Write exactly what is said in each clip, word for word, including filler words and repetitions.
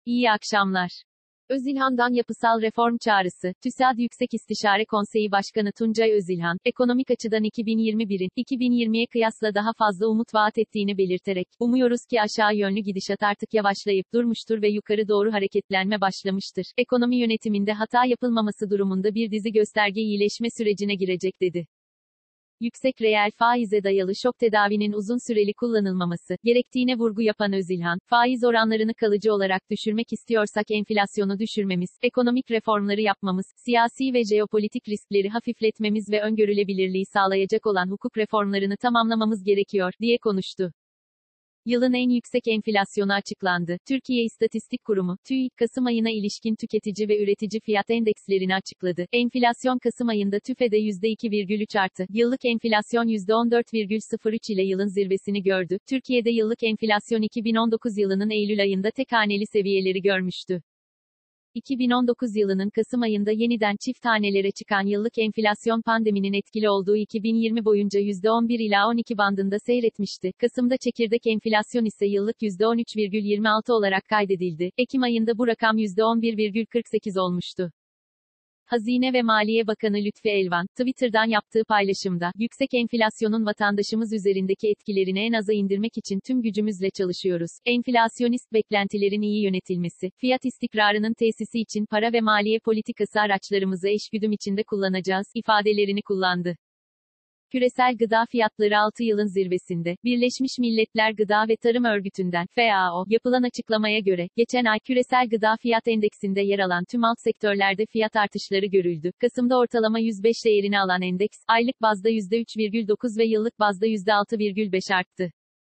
İyi akşamlar. Özilhan'dan yapısal reform çağrısı. TÜSİAD Yüksek İstişare Konseyi Başkanı Tuncay Özilhan, ekonomik açıdan iki bin yirmi birin, iki bin yirmiye kıyasla daha fazla umut vaat ettiğini belirterek, umuyoruz ki aşağı yönlü gidişat artık yavaşlayıp durmuştur ve yukarı doğru hareketlenme başlamıştır. Ekonomi yönetiminde hata yapılmaması durumunda bir dizi gösterge iyileşme sürecine girecek dedi. Yüksek reel faize dayalı şok tedavinin uzun süreli kullanılmaması gerektiğine vurgu yapan Özilhan, faiz oranlarını kalıcı olarak düşürmek istiyorsak enflasyonu düşürmemiz, ekonomik reformları yapmamız, siyasi ve jeopolitik riskleri hafifletmemiz ve öngörülebilirliği sağlayacak olan hukuk reformlarını tamamlamamız gerekiyor, diye konuştu. Yılın en yüksek enflasyonu açıklandı. Türkiye İstatistik Kurumu, TÜİK, Kasım ayına ilişkin tüketici ve üretici fiyat endekslerini açıkladı. Enflasyon Kasım ayında TÜFE'de yüzde iki virgül üç arttı. Yıllık enflasyon yüzde on dört virgül sıfır üç ile yılın zirvesini gördü. Türkiye'de yıllık enflasyon iki bin on dokuz yılının Eylül ayında tek haneli seviyeleri görmüştü. iki bin on dokuz yılının Kasım ayında yeniden çift hanelere çıkan yıllık enflasyon pandeminin etkili olduğu iki bin yirmi boyunca yüzde on bir ila on iki bandında seyretmişti. Kasım'da çekirdek enflasyon ise yıllık yüzde on üç virgül yirmi altı olarak kaydedildi. Ekim ayında bu rakam yüzde on bir virgül kırk sekiz olmuştu. Hazine ve Maliye Bakanı Lütfi Elvan, Twitter'dan yaptığı paylaşımda, yüksek enflasyonun vatandaşımız üzerindeki etkilerini en aza indirmek için tüm gücümüzle çalışıyoruz. Enflasyonist beklentilerin iyi yönetilmesi, fiyat istikrarının tesisi için para ve maliye politikası araçlarımızı eşgüdüm içinde kullanacağız, ifadelerini kullandı. Küresel gıda fiyatları altı yılın zirvesinde. Birleşmiş Milletler Gıda ve Tarım Örgütü'nden F A O yapılan açıklamaya göre, geçen ay küresel gıda fiyat endeksinde yer alan tüm alt sektörlerde fiyat artışları görüldü. Kasım'da ortalama yüz beş değerini alan endeks, aylık bazda yüzde üç virgül dokuz ve yıllık bazda yüzde altı virgül beş arttı.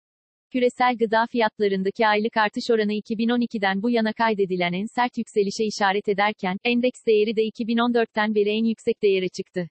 Küresel gıda fiyatlarındaki aylık artış oranı iki bin on ikiden bu yana kaydedilen en sert yükselişe işaret ederken, endeks değeri de iki bin on dörtten beri en yüksek değere çıktı.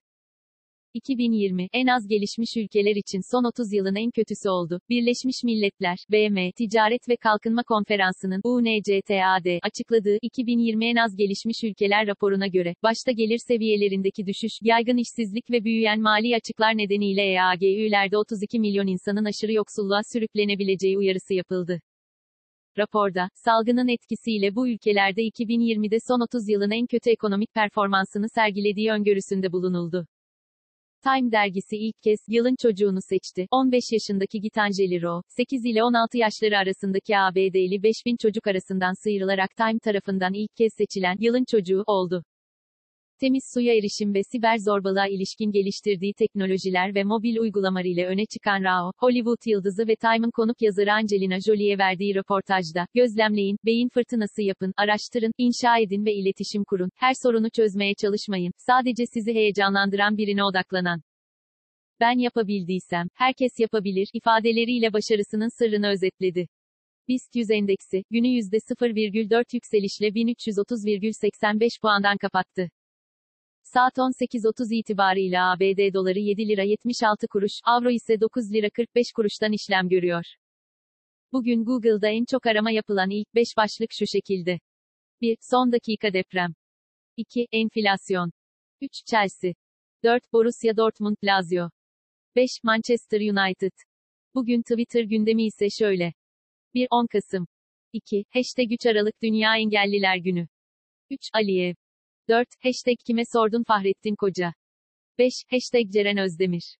iki bin yirmi, en az gelişmiş ülkeler için son otuz yılın en kötüsü oldu. Birleşmiş Milletler, B M, Ticaret ve Kalkınma Konferansı'nın, U N C T A D, açıkladığı, iki bin yirmi en az gelişmiş ülkeler raporuna göre, başta gelir seviyelerindeki düşüş, yaygın işsizlik ve büyüyen mali açıklar nedeniyle E A G Ü'lerde otuz iki milyon insanın aşırı yoksulluğa sürüklenebileceği uyarısı yapıldı. Raporda, salgının etkisiyle bu ülkelerde iki bin yirmide son otuz yılın en kötü ekonomik performansını sergilediği öngörüsünde bulunuldu. Time dergisi ilk kez, yılın çocuğunu seçti. on beş yaşındaki Gitanjali Rao, sekiz ile on altı yaşları arasındaki A B D'li beş bin çocuk arasından sıyrılarak Time tarafından ilk kez seçilen, yılın çocuğu, oldu. Temiz suya erişim ve siber zorbalığa ilişkin geliştirdiği teknolojiler ve mobil uygulamalarıyla öne çıkan Rao, Hollywood yıldızı ve Time'ın konuk yazarı Angelina Jolie'ye verdiği röportajda, gözlemleyin, beyin fırtınası yapın, araştırın, inşa edin ve iletişim kurun, her sorunu çözmeye çalışmayın, sadece sizi heyecanlandıran birine odaklanan. Ben yapabildiysem, herkes yapabilir, ifadeleriyle başarısının sırrını özetledi. BIST yüz endeksi, günü yüzde sıfır virgül dört yükselişle bin üç yüz otuz virgül seksen beş puandan kapattı. Saat on sekiz otuz itibarıyla A B D doları yedi lira yetmiş altı kuruş, avro ise dokuz lira kırk beş kuruştan işlem görüyor. Bugün Google'da en çok arama yapılan ilk beş başlık şu şekilde. bir Son dakika deprem. iki Enflasyon. üç Chelsea. dört Borussia Dortmund Lazio. beş Manchester United. Bugün Twitter gündemi ise şöyle. bir on Kasım. iki Hashtag üç Aralık Dünya Engelliler Günü. üç Aliyev. dört Hashtag kime sordun Fahrettin Koca. beş Hashtag Ceren Özdemir.